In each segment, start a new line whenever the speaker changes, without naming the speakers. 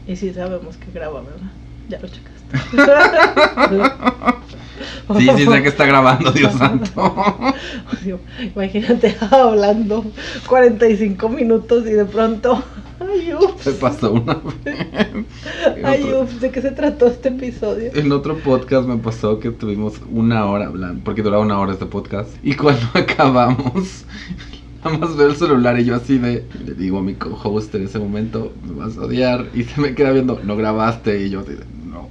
Y sí sabemos que graba, ¿verdad? Ya lo checaste.
Sí, sé que está grabando, Dios santo.
Imagínate hablando 45 minutos y de pronto... ¡Ay, ups!
Se pasó una vez.
¡Ay, ups! ¿De qué se trató este episodio?
En otro podcast me pasó que tuvimos 1 hora hablando, porque duraba 1 hora este podcast. Y cuando acabamos, nada más veo el celular y yo así de... Le digo a mi co-host en ese momento, me vas a odiar. Y se me queda viendo, no grabaste. Y yo así de, no.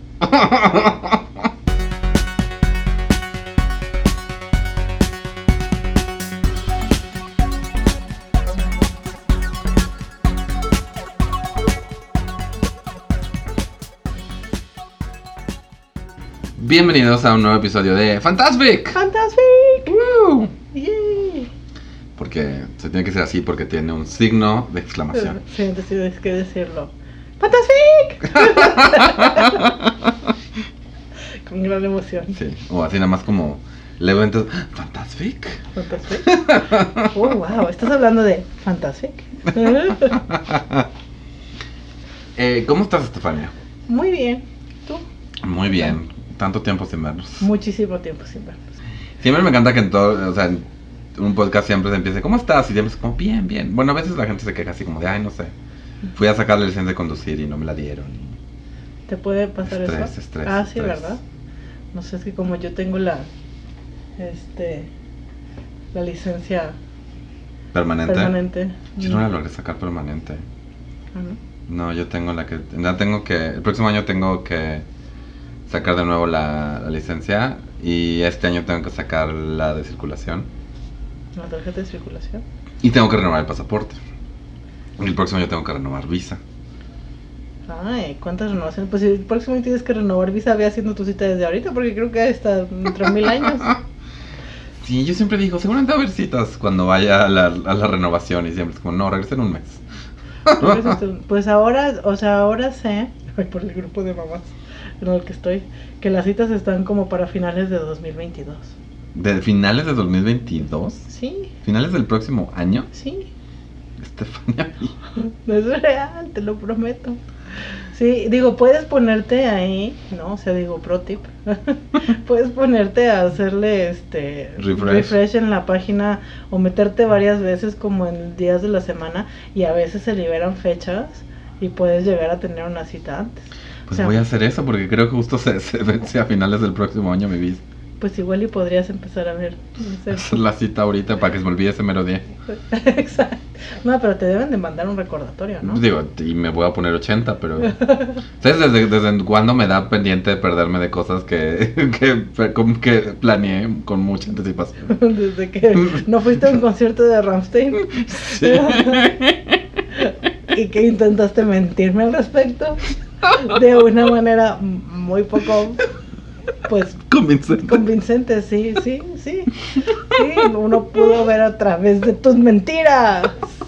Bienvenidos a un nuevo episodio de Fantastic.
¡Fantastic!
¡Woo!
¡Yay!
Porque se tiene que ser así porque tiene un signo de exclamación.
Sí, tienes que decirlo. ¡Fantastic! Con gran emoción.
Sí, o así nada más como levantas, Fantastic.
¿Fantastic? Oh, wow, ¿estás hablando de Fantastic?
¿Cómo estás, Estefania?
Muy bien. ¿Tú?
Muy bien, tanto tiempo sin vernos.
Muchísimo tiempo sin vernos.
Siempre me encanta que en todo, o sea, en un podcast siempre se empiece, ¿cómo estás? Y siempre es como, bien, bien. Bueno, a veces la gente se queja así como de, ay, no sé. Fui a sacar la licencia de conducir y no me la dieron.
¿Te puede pasar eso?
Estrés.
Ah, sí, ¿verdad? No sé, es que como yo tengo la licencia
¿Permanente? Yo no la logré sacar permanente. No, yo tengo la que... el próximo año tengo que sacar de nuevo la licencia. Y este año tengo que sacar la de circulación.
¿La tarjeta de circulación?
Y tengo que renovar el pasaporte. Y el próximo año tengo que renovar visa.
Ay, ¿cuántas renovaciones? Pues si el próximo año tienes que renovar visa, ve haciendo tu cita desde ahorita, porque creo que está entre 1000 años.
Sí, yo siempre digo, seguramente va a haber citas cuando vaya a la renovación. Y siempre es como, no, regresa en un mes.
Pues ahora, o sea, ahora sé, por el grupo de mamás en el que estoy, que las citas están como para finales de 2022.
¿De finales de 2022?
Sí.
¿Finales del próximo año?
Sí.
Estefania.
No es real, te lo prometo. Sí, digo, puedes ponerte ahí, ¿no? O sea, digo, pro tip. Puedes ponerte a hacerle refresh en la página o meterte varias veces como en días de la semana y a veces se liberan fechas y puedes llegar a tener una cita antes.
Pues o sea, voy a hacer eso porque creo que justo se vence a finales del próximo año mi visa.
Pues igual y podrías empezar a ver.
Hacer la cita ahorita para que se me olvide ese mero día.
Exacto. No, pero te deben de mandar un recordatorio, ¿no?
Digo, y me voy a poner 80, pero... ¿Sabes desde cuándo me da pendiente perderme de cosas que planeé con mucha anticipación?
Desde que no fuiste a un concierto de Rammstein.
Sí.
Y que intentaste mentirme al respecto de una manera muy poco... Pues convincente, sí. Uno pudo ver a través de tus mentiras.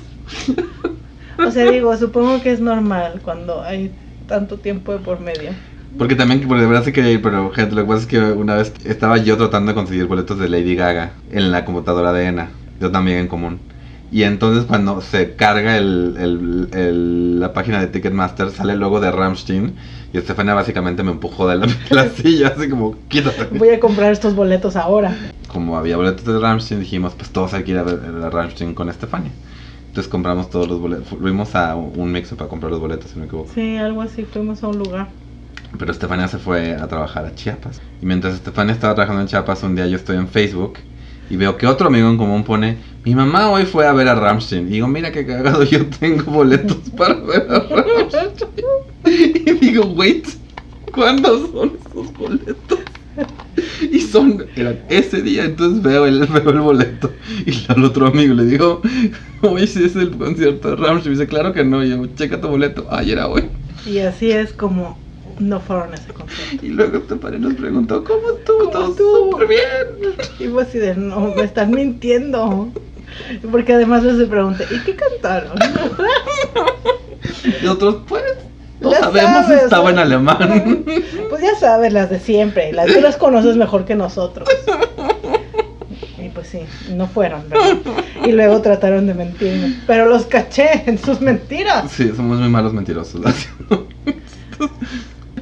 O sea, digo, supongo que es normal cuando hay tanto tiempo de por medio.
Porque de verdad sí quería ir, pero gente, lo que pasa es que una vez estaba yo tratando de conseguir boletos de Lady Gaga en la computadora de ENA, yo también en común. Y entonces cuando se carga la página de Ticketmaster sale el logo de Rammstein y Estefania básicamente me empujó de la silla, así como, quítate.
Voy a comprar estos boletos ahora.
Como había boletos de Rammstein dijimos, pues todos hay que ir a ver a Rammstein con Estefania. Entonces compramos todos los boletos, fuimos a un mixo para comprar los boletos, si no me equivoco.
Sí, algo así, fuimos a un lugar.
Pero Estefania se fue a trabajar a Chiapas. Y mientras Estefania estaba trabajando en Chiapas, un día yo estoy en Facebook y veo que otro amigo en común pone, mi mamá hoy fue a ver a Rammstein. Y digo, mira qué cagado, yo tengo boletos para ver a Rammstein. Y digo, wait, ¿cuándo son esos boletos? Y eran ese día, entonces veo el boleto. Y al otro amigo le digo, hoy sí es el concierto de Rammstein. Y dice, claro que no. Y yo, checa tu boleto. Ayer era hoy.
Y así es como no fueron a ese concierto.
Y luego Estefania nos preguntó, ¿cómo estuvo? Todo súper bien.
Y fue así de, no, me están mintiendo. Porque además les pregunté, ¿y qué cantaron?
Y otros, pues, no sabemos si estaba en alemán.
Pues ya sabes, las de siempre. Tú las conoces mejor que nosotros. Y pues sí, no fueron, ¿verdad? Y luego trataron de mentirme. Pero los caché en sus mentiras.
Sí, somos muy malos mentirosos.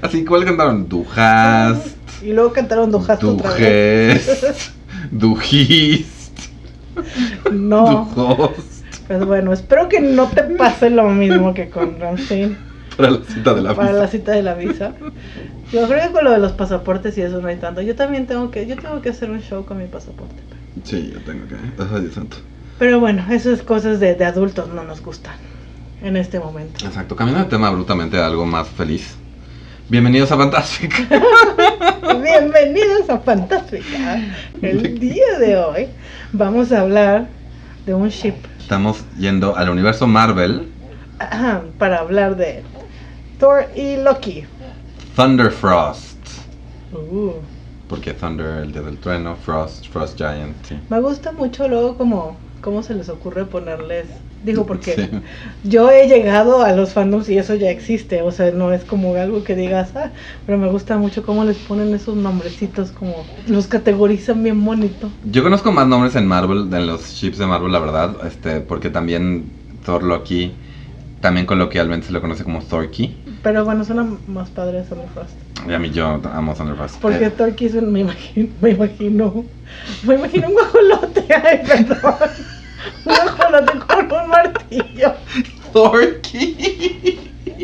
Así, ¿cuál cantaron? Duhast.
Y luego cantaron Duhast otra vez.
Dujist.
No.
Duhost.
Pues bueno, espero que no te pase lo mismo que con Rammstein.
Para la cita de la visa.
Para la cita de la visa. Yo creo que con lo de los pasaportes y eso no hay tanto. Yo también tengo que hacer un show con mi pasaporte.
Sí, yo tengo que. Ay, Dios santo.
Pero bueno, esas cosas de adultos no nos gustan en este momento.
Exacto, cambiando de tema abruptamente a algo más feliz. Bienvenidos a Fantástica.
Bienvenidos a Fantástica. El día de hoy vamos a hablar de un ship.
Estamos yendo al universo Marvel.
Para hablar de Thor y Loki.
Thunder Frost.
Porque
Thunder, el día del trueno, Frost Giant. Sí.
Me gusta mucho luego cómo se les ocurre ponerles. Digo, porque
sí.
Yo he llegado a los fandoms y eso ya existe. O sea, no es como algo que digas, pero me gusta mucho cómo les ponen esos nombrecitos, como los categorizan bien bonito.
Yo conozco más nombres en Marvel, en los ships de Marvel, la verdad. Porque también Thor Loki, también coloquialmente se lo conoce como Thorky.
Pero bueno, suena más padre Thunder Frost.
Y a mí yo amo Thunder Frost.
Porque Thorky es me imagino un guajolote. Ay, perdón. Un guajolote con un martillo.
Thorky.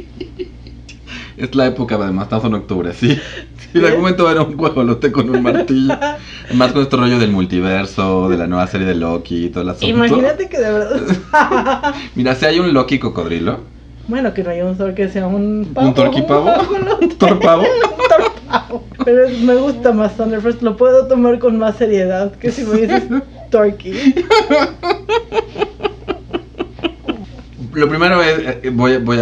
Es la época, además, estamos en octubre, ¿sí? En algún momento era un guajolote con un martillo. Más con este rollo del multiverso, de la nueva serie de Loki y todo el asunto.
Imagínate que de verdad.
Mira, si hay un Loki cocodrilo.
Bueno, que no haya un Thor que sea un pavo.
¿Un Torqui pavo?
¿Un
¿Thor pavo?
Un Thor pavo. Pero me gusta más Thunder Frost. Lo puedo tomar con más seriedad que si me dices Torqui.
Lo primero es, voy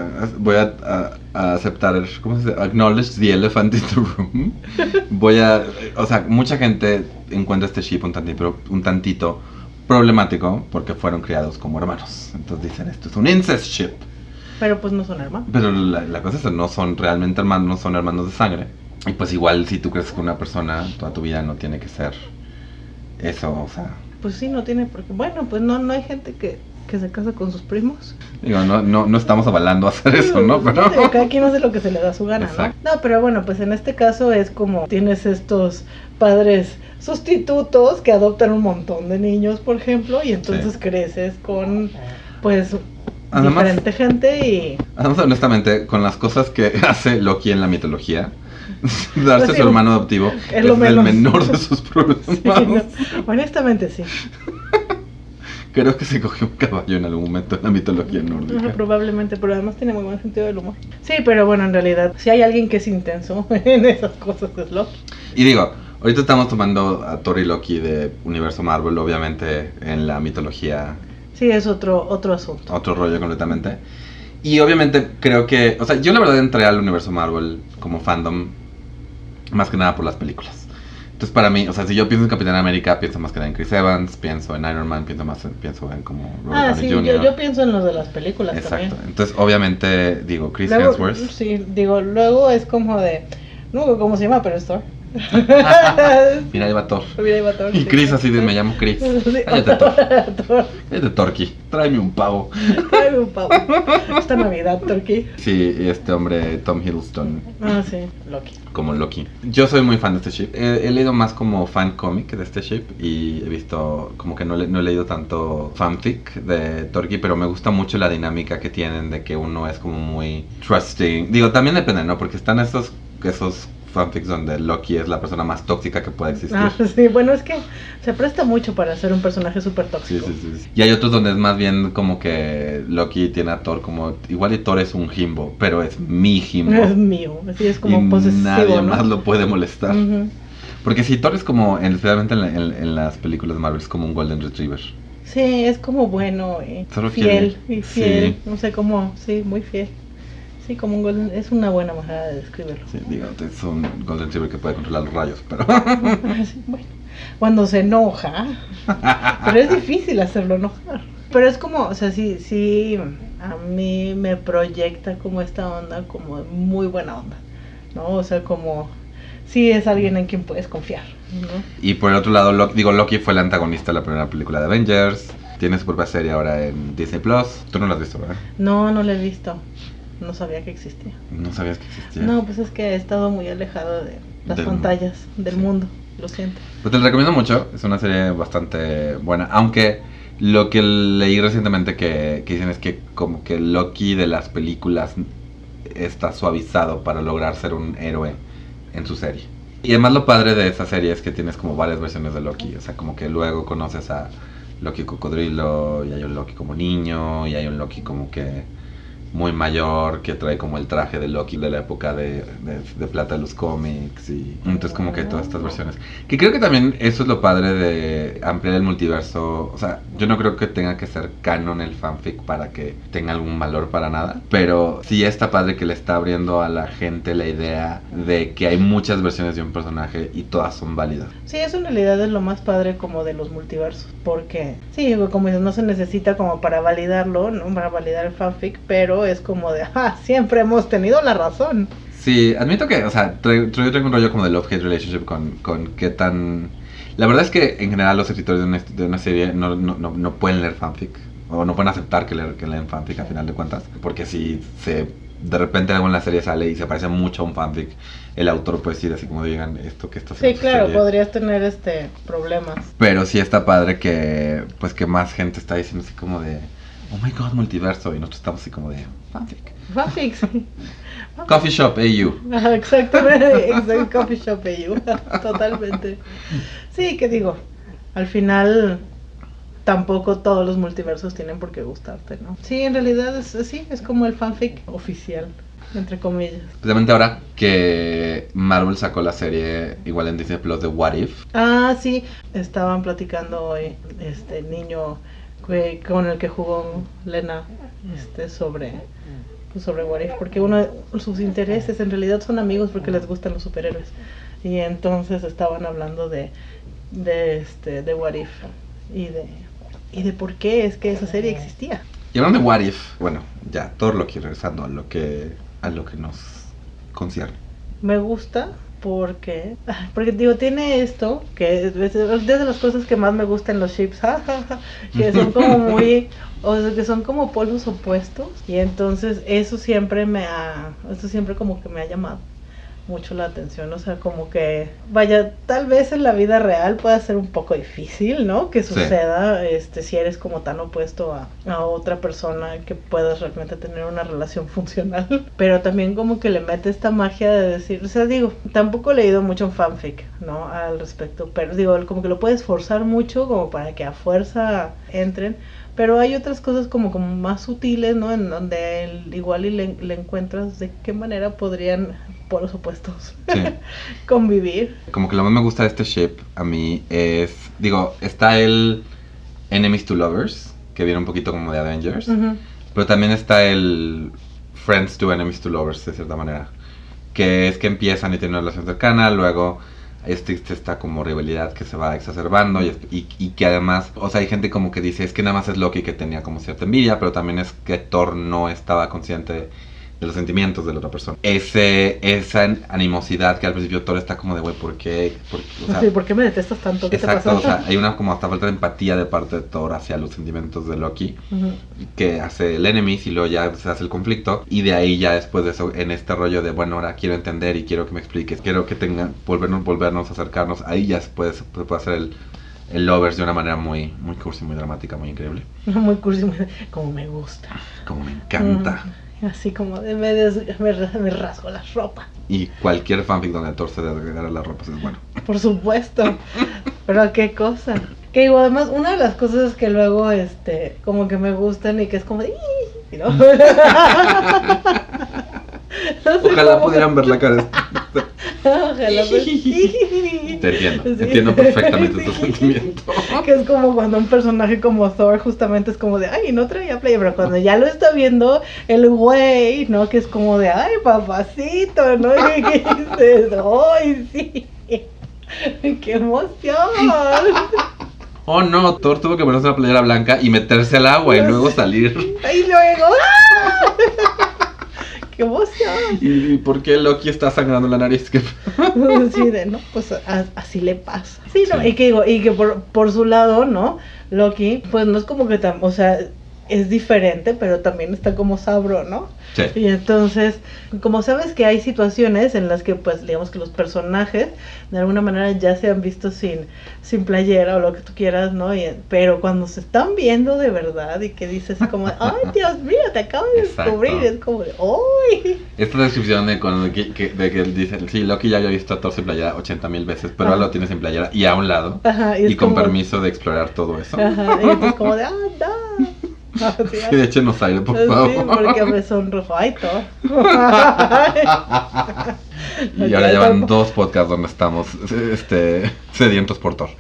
a aceptar, ¿cómo se dice? Acknowledge the elephant in the room. O sea, mucha gente encuentra este ship un tantito problemático porque fueron criados como hermanos. Entonces dicen, esto es un incest ship.
Pero pues no son hermanos.
Pero la cosa es que no son realmente hermanos, no son hermanos de sangre. Y pues igual si tú crees que una persona toda tu vida no tiene que ser eso, o sea...
Pues sí, no tiene porque bueno, pues no hay gente que se casa con sus primos.
Digo, no estamos avalando hacer eso, ¿no? Pero
cada quien hace lo que se le da su gana,
exacto.
¿no? No, pero bueno, pues en este caso es como tienes estos padres sustitutos que adoptan un montón de niños, por ejemplo, y entonces sí. Creces con, pues, además, diferente gente y...
Además, honestamente, con las cosas que hace Loki en la mitología, darse
pues
a su hermano adoptivo es el menor de sus problemas.
Sí, no, honestamente, sí.
Creo que se cogió un caballo en algún momento en la mitología nórdica.
Probablemente, pero además tiene muy buen sentido del humor. Sí, pero bueno, en realidad, si hay alguien que es intenso en esas cosas es Loki.
Y digo, ahorita estamos tomando a Thor y Loki de universo Marvel, obviamente en la mitología.
Sí, es otro asunto.
Otro rollo completamente. Y obviamente creo que, o sea, yo la verdad entré al universo Marvel como fandom más que nada por las películas. Entonces para mí, o sea, si yo pienso en Capitán América, pienso más que nada en Chris Evans, pienso en Iron Man, pienso en como Robert Downey Jr.
Yo pienso en los de las películas.
Exacto.
También.
Entonces obviamente, digo, Chris
luego,
Hemsworth.
Sí, digo, luego es como de, no, ¿cómo se llama? Pero es Thor.
Mira, ahí va Thor.
Y
sí, Chris así de, me llamo Chris. Cállate, Thor. Cállate, Torqui. Tráeme un pavo.
Esta Navidad, Torqui.
Sí, y este hombre, Tom Hiddleston.
Sí, Loki.
Como Loki. Yo soy muy fan de este ship. He leído más como fan comic de este ship y he visto, como que no he leído tanto fanfic de Torqui, pero me gusta mucho la dinámica que tienen de que uno es como muy trusting. Digo, también depende, ¿no? Porque están esos fanfics donde Loki es la persona más tóxica que puede existir.
Sí, bueno, es que se presta mucho para ser un personaje súper tóxico.
Sí. Y hay otros donde es más bien como que Loki tiene a Thor como... Igual y Thor es un Jimbo, pero es mi Jimbo.
Es mío, así es como
y
posesivo,
nadie
¿no?
más lo puede molestar.
Uh-huh.
Porque si Thor es como, especialmente en las películas de Marvel, es como un Golden Retriever.
Sí, es como bueno, fiel. Sí. No sé cómo, sí, muy fiel. Sí, como un golden, es una buena manera de describirlo.
Sí, digo, es un golden retriever que puede controlar los rayos, pero...
Sí, bueno, cuando se enoja, pero es difícil hacerlo enojar. Pero es como, o sea, sí, a mí me proyecta como esta onda, como muy buena onda, ¿no? O sea, como, sí es alguien en quien puedes confiar, ¿no?
Y por el otro lado, Loki fue el antagonista de la primera película de Avengers, tiene su propia serie ahora en Disney Plus. Tú no la has visto, ¿verdad?
No la he visto. no sabía que existía.
¿No sabías que existía?
No, pues es que he estado muy alejado de las pantallas del mundo, lo siento.
Pues te la recomiendo mucho, es una serie bastante buena, aunque lo que leí recientemente que dicen es que como que Loki de las películas está suavizado para lograr ser un héroe en su serie. Y además lo padre de esa serie es que tienes como varias versiones de Loki, o sea, como que luego conoces a Loki cocodrilo, y hay un Loki como niño, y hay un Loki como que muy mayor, que trae como el traje de Loki de la época de plata de los cómics, y entonces como que todas estas versiones. Que creo que también eso es lo padre de ampliar el multiverso, o sea, yo no creo que tenga que ser canon el fanfic para que tenga algún valor para nada, pero sí está padre que le está abriendo a la gente la idea de que hay muchas versiones de un personaje y todas son válidas.
Sí, eso en realidad es lo más padre como de los multiversos, porque sí, como dices, no se necesita como para validarlo, ¿no? Para validar el fanfic, pero es como de, siempre hemos tenido la razón.
Sí, admito que, o sea, yo traigo un rollo como de love-hate relationship con qué tan... La verdad es que en general los escritores de una serie no pueden leer fanfic, o no pueden aceptar que leen fanfic a final de cuentas, porque si de repente algo en la serie sale y se parece mucho a un fanfic, el autor puede decir así como digan esto que está haciendo.
Sí, claro, podrías tener problemas.
Pero sí está padre que pues que más gente está diciendo así como de oh my god, multiverso, y nosotros estamos así como de fanfic.
Fanfic, sí.
Coffee Shop AU.
Exactamente, Coffee Shop AU, totalmente. Sí, que digo, al final tampoco todos los multiversos tienen por qué gustarte, ¿no? Sí, en realidad es como el fanfic oficial, entre comillas.
Especialmente ahora que Marvel sacó la serie igual en Disney Plus de What If.
Ah, sí, estaban platicando hoy niño con el que jugó Lena sobre What If, porque uno de sus intereses en realidad son amigos porque les gustan los superhéroes, y entonces estaban hablando de What If y de por qué es que esa serie existía.
Y hablando de What If, bueno, ya, todo lo que regresando a lo que nos concierne.
Me gusta porque digo, tiene esto, que es de las cosas que más me gustan los ships, que son como muy, o sea, que son como polos opuestos, y entonces eso siempre como que me ha llamado mucho la atención, o sea, como que, vaya, tal vez en la vida real pueda ser un poco difícil, ¿no? Que suceda, sí. Si eres como tan opuesto a otra persona, que puedas realmente tener una relación funcional, pero también como que le mete esta magia de decir, o sea, digo, tampoco he leído mucho un fanfic, ¿no? Al respecto, pero digo, como que lo puedes forzar mucho como para que a fuerza entren, pero hay otras cosas como más sutiles, ¿no? En donde igual y le encuentras de qué manera podrían polos opuestos convivir.
Como que lo más me gusta de este ship a mí es, digo, está el Enemies to Lovers, que viene un poquito como de Avengers, pero también está el Friends to Enemies to Lovers, de cierta manera, que es que empiezan y tienen una relación cercana, luego esta como rivalidad que se va exacerbando y que además, o sea, hay gente como que dice, es que nada más es Loki que tenía como cierta envidia, pero también es que Thor no estaba consciente de los sentimientos de la otra persona. Esa animosidad que al principio Thor está como de, güey, ¿por qué? O sea,
sí, ¿por qué me detestas tanto? ¿Qué
exacto,
te pasa?
O sea, hay una como hasta falta de empatía de parte de Thor hacia los sentimientos de Loki, que hace el Enemies y luego ya se hace el conflicto, y de ahí ya después de eso, en este rollo de, bueno, ahora quiero entender y quiero que me expliques, quiero que volvernos a acercarnos, ahí ya se puede hacer el lovers de una manera muy, muy cursi, muy dramática, muy increíble.
Muy cursi, como me gusta.
Como me encanta.
Así como me rasgo la ropa.
Y cualquier fanfic donde Thor se desgarra las ropas es bueno.
Por supuesto. Pero qué cosa. Que digo, además, una de las cosas que luego, como que me gustan y que es como de... ¿no? No sé
Ojalá pudieran ver la cara.
Ojalá.
Te entiendo perfectamente tu sentimiento.
Que es como cuando un personaje como Thor justamente es como de, ay, no traía playa, pero cuando ya lo está viendo el güey, ¿no? Que es como de, ay, papacito, ¿no? Y que dices, ay, sí, qué emoción.
Oh no, Thor tuvo que ponerse una playera blanca y meterse al agua y luego salir.
Y luego, ¡ah! ¡Qué emoción!
¿Y por qué Loki está sangrando la nariz?
Sí, no, pues así le pasa. Sí, no, sí. Y que por su lado, ¿no? Loki, pues no es como que o sea, es diferente, pero también está como sabro, ¿no?
Sí.
Y entonces, como sabes que hay situaciones en las que, pues, digamos que los personajes, de alguna manera ya se han visto sin playera o lo que tú quieras, ¿no? Pero cuando se están viendo de verdad y que dices como, ay, Dios mío, te acabo de descubrir, es como de, ¡ay!
Esta descripción de cuando de que él dice, sí, Loki ya había visto a Thor sin playera 80,000 veces, pero ahora lo tiene sin playera y a un lado, y con permiso de explorar todo eso.
Ajá, y entonces como de, no.
Sí, de hecho nos aire, por favor.
Sí, porque me sonrojo. Ay, Thor.
Y ahora llevan 2 podcasts donde estamos sedientos por Thor.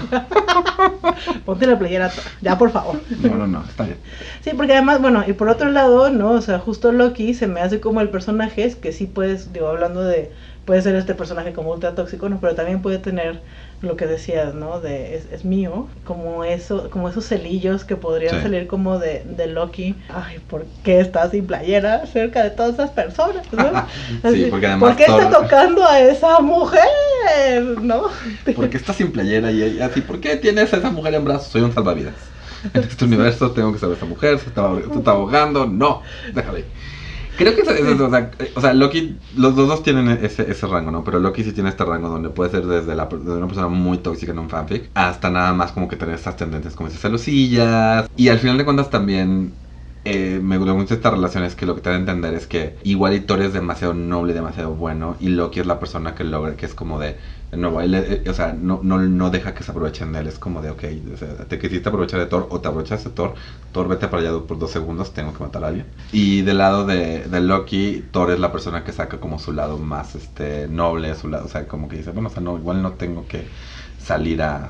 Ponte la playera, Thor. Ya, por favor.
No, está bien.
Sí, porque además, bueno, y por otro lado, ¿no? O sea, justo Loki se me hace como el personaje, es que sí puedes, digo, hablando de, puede ser este personaje como ultra tóxico, ¿no? Pero también puede tener lo que decías, ¿no? De es mío, como esos celillos que podrían salir como de Loki. Ay, ¿por qué está sin playera cerca de todas esas personas, ¿no?
Sí, porque además
¿por qué está tocando a esa mujer, no?
¿Por qué está sin playera y así? ¿Por qué tienes a esa mujer en brazos? Soy un salvavidas. En este universo tengo que saber esa mujer, se está ahogando. No, déjale. Creo que o sea, Loki, los dos tienen ese rango, ¿no? Pero Loki sí tiene este rango donde puede ser desde una persona muy tóxica en un fanfic hasta nada más como que tener estas tendencias como esas celosillas. Y al final de cuentas también me gusta esta relación, es que lo que te da a entender es que igual Thor es demasiado noble y demasiado bueno y Loki es la persona que logra, que es como de nuevo, o sea, no deja que se aprovechen de él, es como de, ok, o sea, te quisiste aprovechar de Thor o te aprovechas de Thor, vete para allá por 2 segundos, tengo que matar a alguien. Y del lado de Loki, Thor es la persona que saca como su lado más noble, su lado, o sea, como que dice, bueno, o sea, no, igual no tengo que salir a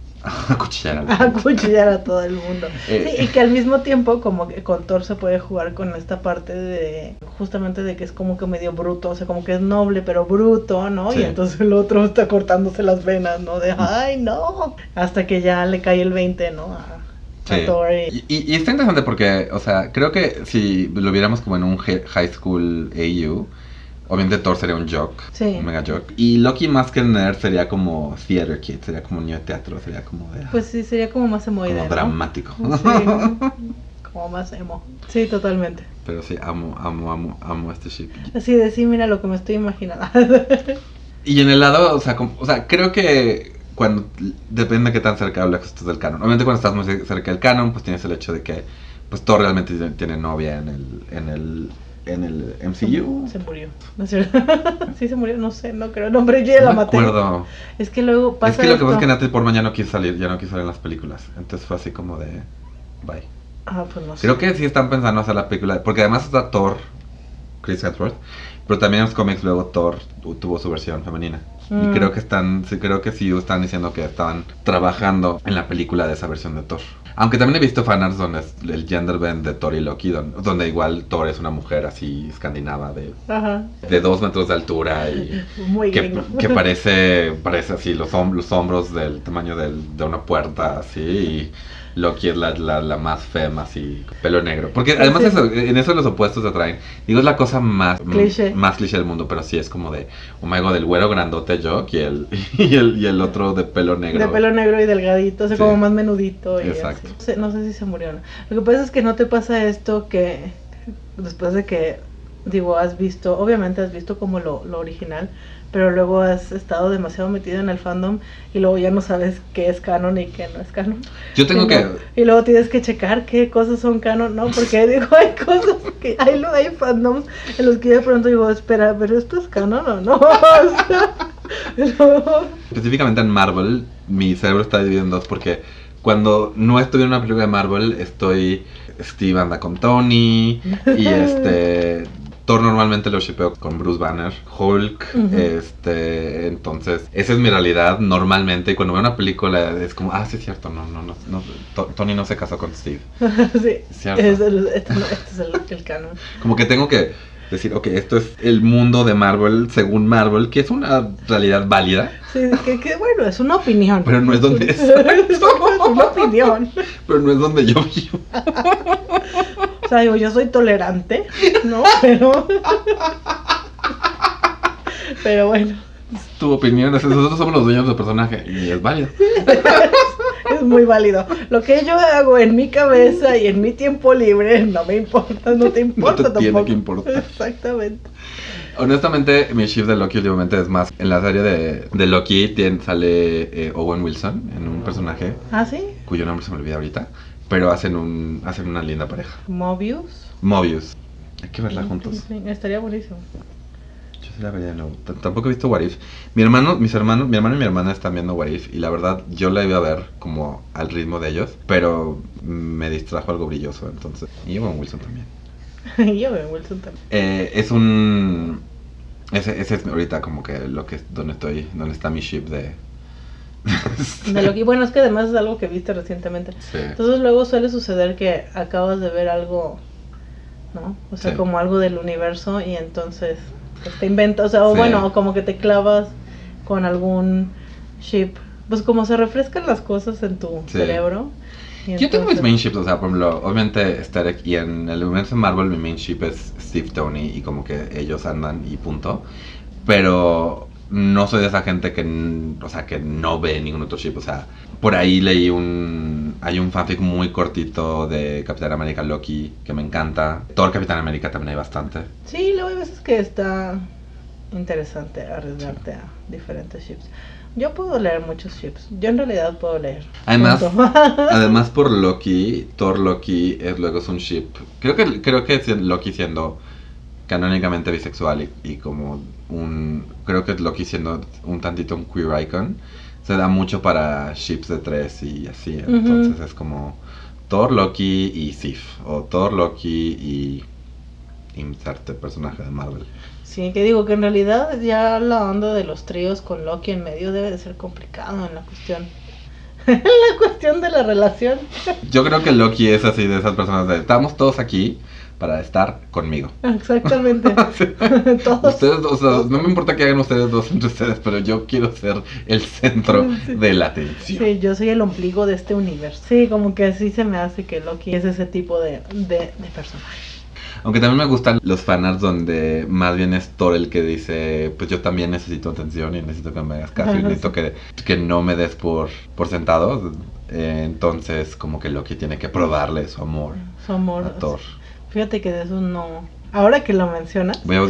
acuchillar a todo el mundo. Sí, y que al mismo tiempo como que con Thor se puede jugar con esta parte de justamente de que es como que medio bruto, o sea, como que es noble pero bruto, ¿no? Sí. Y entonces el otro está cortándose las venas, ¿no? De ay, no, hasta que ya le cae el 20, ¿no?
Sí. Thor y está interesante porque, o sea, creo que si lo viéramos como en un high school AU, obviamente Thor sería un jock, un mega jock. Y Loki más que nerd sería como theater kid, sería como un niño de teatro, sería como de...
Pues sí, sería como más emoide,
como
¿no?
dramático.
Sí, como más emo. Sí, totalmente.
Pero sí, amo este ship.
Así de sí, mira lo que me estoy imaginando.
Y en el lado, o sea, creo que cuando... Depende de qué tan cerca hablas del canon. Obviamente cuando estás muy cerca del canon, pues tienes el hecho de que pues Thor realmente tiene novia en el MCU.
Se murió. ¿No es cierto? Sí, se murió, no sé, no creo. No, hombre, yo ya la maté.
No me acuerdo.
Es que luego pasa.
Es que lo que pasa es que Natalie Portman ya no quiso salir en las películas. Entonces fue así como de. Bye.
Ah, pues no sé.
Creo que sí están pensando hacer la película. Porque además está Thor, Chris Hemsworth. Pero también en los cómics luego Thor tuvo su versión femenina. Y creo que están diciendo que estaban trabajando en la película de esa versión de Thor. Aunque también he visto fanarts donde es el gender bend de Thor y Loki, donde igual Thor es una mujer así escandinava de 2 metros de altura y
muy
que parece así los hombros del tamaño de una puerta así, y Loki es la más femme, así, pelo negro. Porque además en eso los opuestos se atraen. Digo, es la cosa más cliché del mundo, pero sí es como de, oh my god, el güero grandote Jock y el otro de pelo negro.
De pelo negro y delgadito, o sea, como más menudito. Y
exacto.
Así. No sé si se murió o no. Lo que pasa es que no te pasa esto que después de que, digo, obviamente has visto como lo original, pero luego has estado demasiado metido en el fandom y luego ya no sabes qué es canon y qué no es canon.
Yo tengo
y luego tienes que checar qué cosas son canon, ¿no? Porque digo, hay cosas que hay fandoms en los que de pronto digo, espera, ¿pero esto es canon o no?
Específicamente en Marvel, mi cerebro está dividido en 2 porque cuando no estoy en una película de Marvel, Steve anda con Tony y Thor normalmente lo shippeo con Bruce Banner, Hulk, entonces esa es mi realidad normalmente, y cuando veo una película es como, sí es cierto, no, Tony no se casó con Steve.
Sí,
¿cierto?
Este es el canon.
Como que tengo que decir, ok, esto es el mundo de Marvel según Marvel, que es una realidad válida.
Sí, que bueno, es una opinión.
Pero no es donde
es una opinión.
Pero no es donde yo vivo.
O sea, digo, yo soy tolerante, ¿no? Pero bueno.
Tu opinión, nosotros somos los dueños del personaje y es válido.
Es muy válido. Lo que yo hago en mi cabeza y en mi tiempo libre no me importa, no te importa
no te
tampoco.
Tiene que importar.
Exactamente.
Honestamente, mi ship de Loki últimamente es más. En la serie de Loki sale Owen Wilson en un personaje.
¿Ah, sí?
Cuyo nombre se me olvida ahorita. Pero hacen una linda pareja.
Mobius.
Hay que verla juntos.
Sí, estaría buenísimo.
Yo sí la vería de nuevo. Tampoco he visto What If. Mi hermano y mi hermana están viendo What If. Y la verdad, yo la iba a ver como al ritmo de ellos. Pero me distrajo algo brilloso, entonces. Y Owen Wilson también.
Y Owen Wilson también.
Es un... Ese es ahorita como que donde está mi ship de
Loki. Bueno, es que además es algo que viste recientemente.
Sí.
Entonces luego suele suceder que acabas de ver algo, ¿no? O sea,
Sí.
como algo del universo y entonces pues, te inventas, o sea, o
Sí.
bueno, o como que te clavas con algún ship. Pues como se refrescan las cosas en tu
Sí.
cerebro.
Yo tengo mis main ships, o sea, por ejemplo, obviamente Starek, y en el universo de Marvel mi main ship es Steve Tony y como que ellos andan y punto. Pero no soy de esa gente que no ve ningún otro ship, o sea, por ahí hay un fanfic muy cortito de Capitán América Loki que me encanta. Thor Capitán América también hay bastante.
Sí, luego hay veces que está interesante arriesgarte a diferentes ships. Yo puedo leer muchos ships. Yo en realidad puedo leer.
Además por Loki, Thor Loki luego es un ship. Creo que Loki siendo canónicamente bisexual y como creo que Loki siendo un tantito un queer icon se da mucho para ships de 3 y así. Entonces es como Thor, Loki y Sif, o Thor, Loki y inserte personaje de Marvel.
Sí, que digo que en realidad ya la onda de los tríos con Loki en medio debe de ser complicado en la cuestión de la relación.
Yo creo que Loki es así de esas personas de estamos todos aquí para estar conmigo.
Exactamente. Todos.
Ustedes, o sea, no me importa que hagan ustedes dos entre ustedes, pero yo quiero ser el centro de la atención.
Sí, yo soy el ombligo de este universo. Sí, como que así se me hace que Loki es ese tipo de personaje.
Aunque también me gustan los fanarts donde más bien es Thor el que dice, pues yo también necesito atención y necesito que me hagas caso y necesito que no me des por sentado. Entonces como que Loki tiene que probarle su amor a Thor.
Fíjate que de eso no... Ahora que lo mencionas...
Voy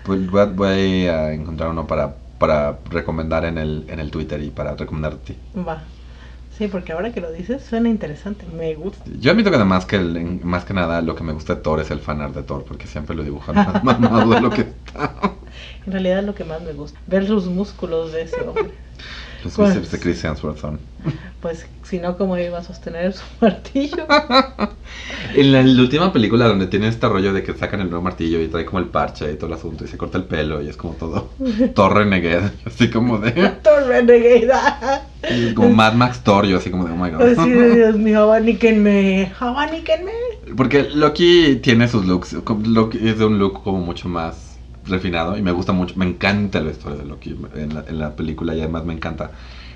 a encontrar uno para recomendar en el Twitter y para recomendarte a ti.
Va. Sí, porque ahora que lo dices suena interesante, me gusta.
Yo admito que además más que nada lo que me gusta de Thor es el fanart de Thor, porque siempre lo dibujan más mamado de lo que está.
En realidad es lo que más me gusta, ver los músculos de ese hombre.
Los bíceps de Chris Hemsworth son.
Pues si no, ¿cómo iba a sostener su martillo?
En la última película donde tiene este rollo de que sacan el nuevo martillo y trae como el parche y todo el asunto y se corta el pelo y es como todo Thor Renegade, así como de...
Thor Renegade.
Como Mad Max Thor, yo así como de oh my god.
Sí, Dios mío, abaníquenme.
Porque Loki tiene sus looks, Loki es de un look como mucho más refinado y me gusta mucho, me encanta la historia de Loki en la película y además me encanta.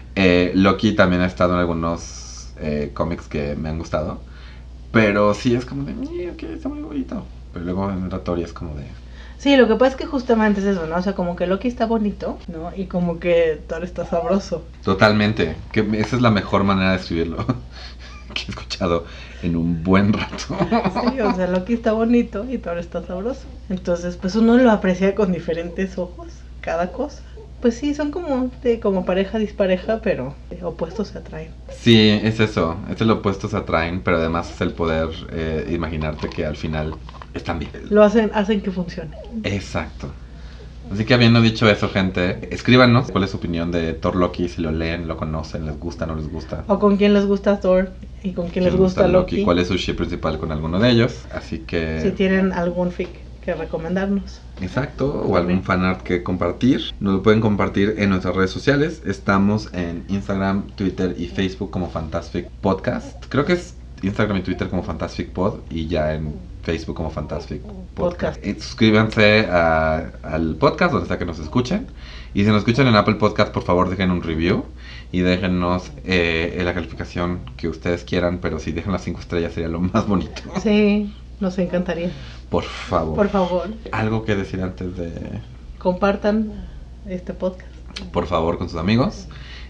Loki también ha estado en algunos cómics que me han gustado, pero sí es como de, ok, está muy bonito, pero luego en la Thor es como de...
Sí, lo que pasa es que justamente es eso, ¿no? O sea, como que Loki está bonito, ¿no? Y como que Thor está sabroso.
Totalmente, que esa es la mejor manera de escribirlo que he escuchado en un buen rato.
Sí, o sea, Loki está bonito y Thor está sabroso. Entonces, pues uno lo aprecia con diferentes ojos, cada cosa. Pues sí, son como pareja dispareja, pero opuestos se atraen.
Sí, es eso, es el opuesto se atraen, pero además es el poder imaginarte que al final están bien.
Lo hacen que funcione.
Exacto. Así que habiendo dicho eso, gente, escríbanos cuál es su opinión de Thor Loki, si lo leen, lo conocen, les gusta, no les gusta.
O con quién les gusta Thor y con quién les gusta Loki.
¿Cuál es su ship principal con alguno de ellos? Así que...
Si tienen algún fic que recomendarnos.
Exacto, o algún fanart que compartir, nos lo pueden compartir en nuestras redes sociales. Estamos en Instagram, Twitter y Facebook como Fantasfic Podcast. Creo que es Instagram y Twitter como Fantasfic Pod y ya en Facebook como Fantasfic Podcast. Suscríbanse al podcast donde sea que nos escuchen. Y si nos escuchan en Apple Podcast, por favor dejen un review y déjennos la calificación que ustedes quieran, pero si dejan las 5 estrellas sería lo más bonito.
Sí, nos encantaría.
Por favor.
Por favor.
¿Algo que decir antes de...?
Compartan este podcast.
Por favor, con sus amigos.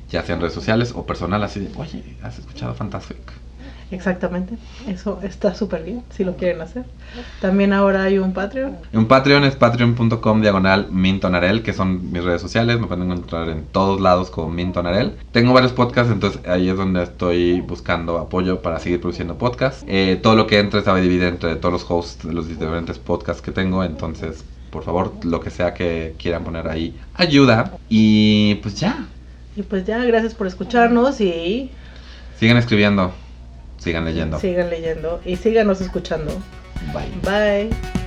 ya sea en redes sociales o personal, así de, oye, ¿has escuchado Fantastic?
Exactamente, eso está súper bien, si lo quieren hacer. También ahora hay un Patreon.
Un Patreon es patreon.com/mintonarel, que son mis redes sociales, me pueden encontrar en todos lados como Mintonarel. Tengo varios podcasts, entonces ahí es donde estoy buscando apoyo para seguir produciendo podcasts. Todo lo que entra está dividido entre todos los hosts de los diferentes podcasts que tengo, entonces por favor, lo que sea que quieran poner ahí, ayuda. Y pues ya.
Y pues ya, gracias por escucharnos y...
sigan escribiendo. Sigan leyendo.
Sigan leyendo y síganos escuchando.
Bye.
Bye.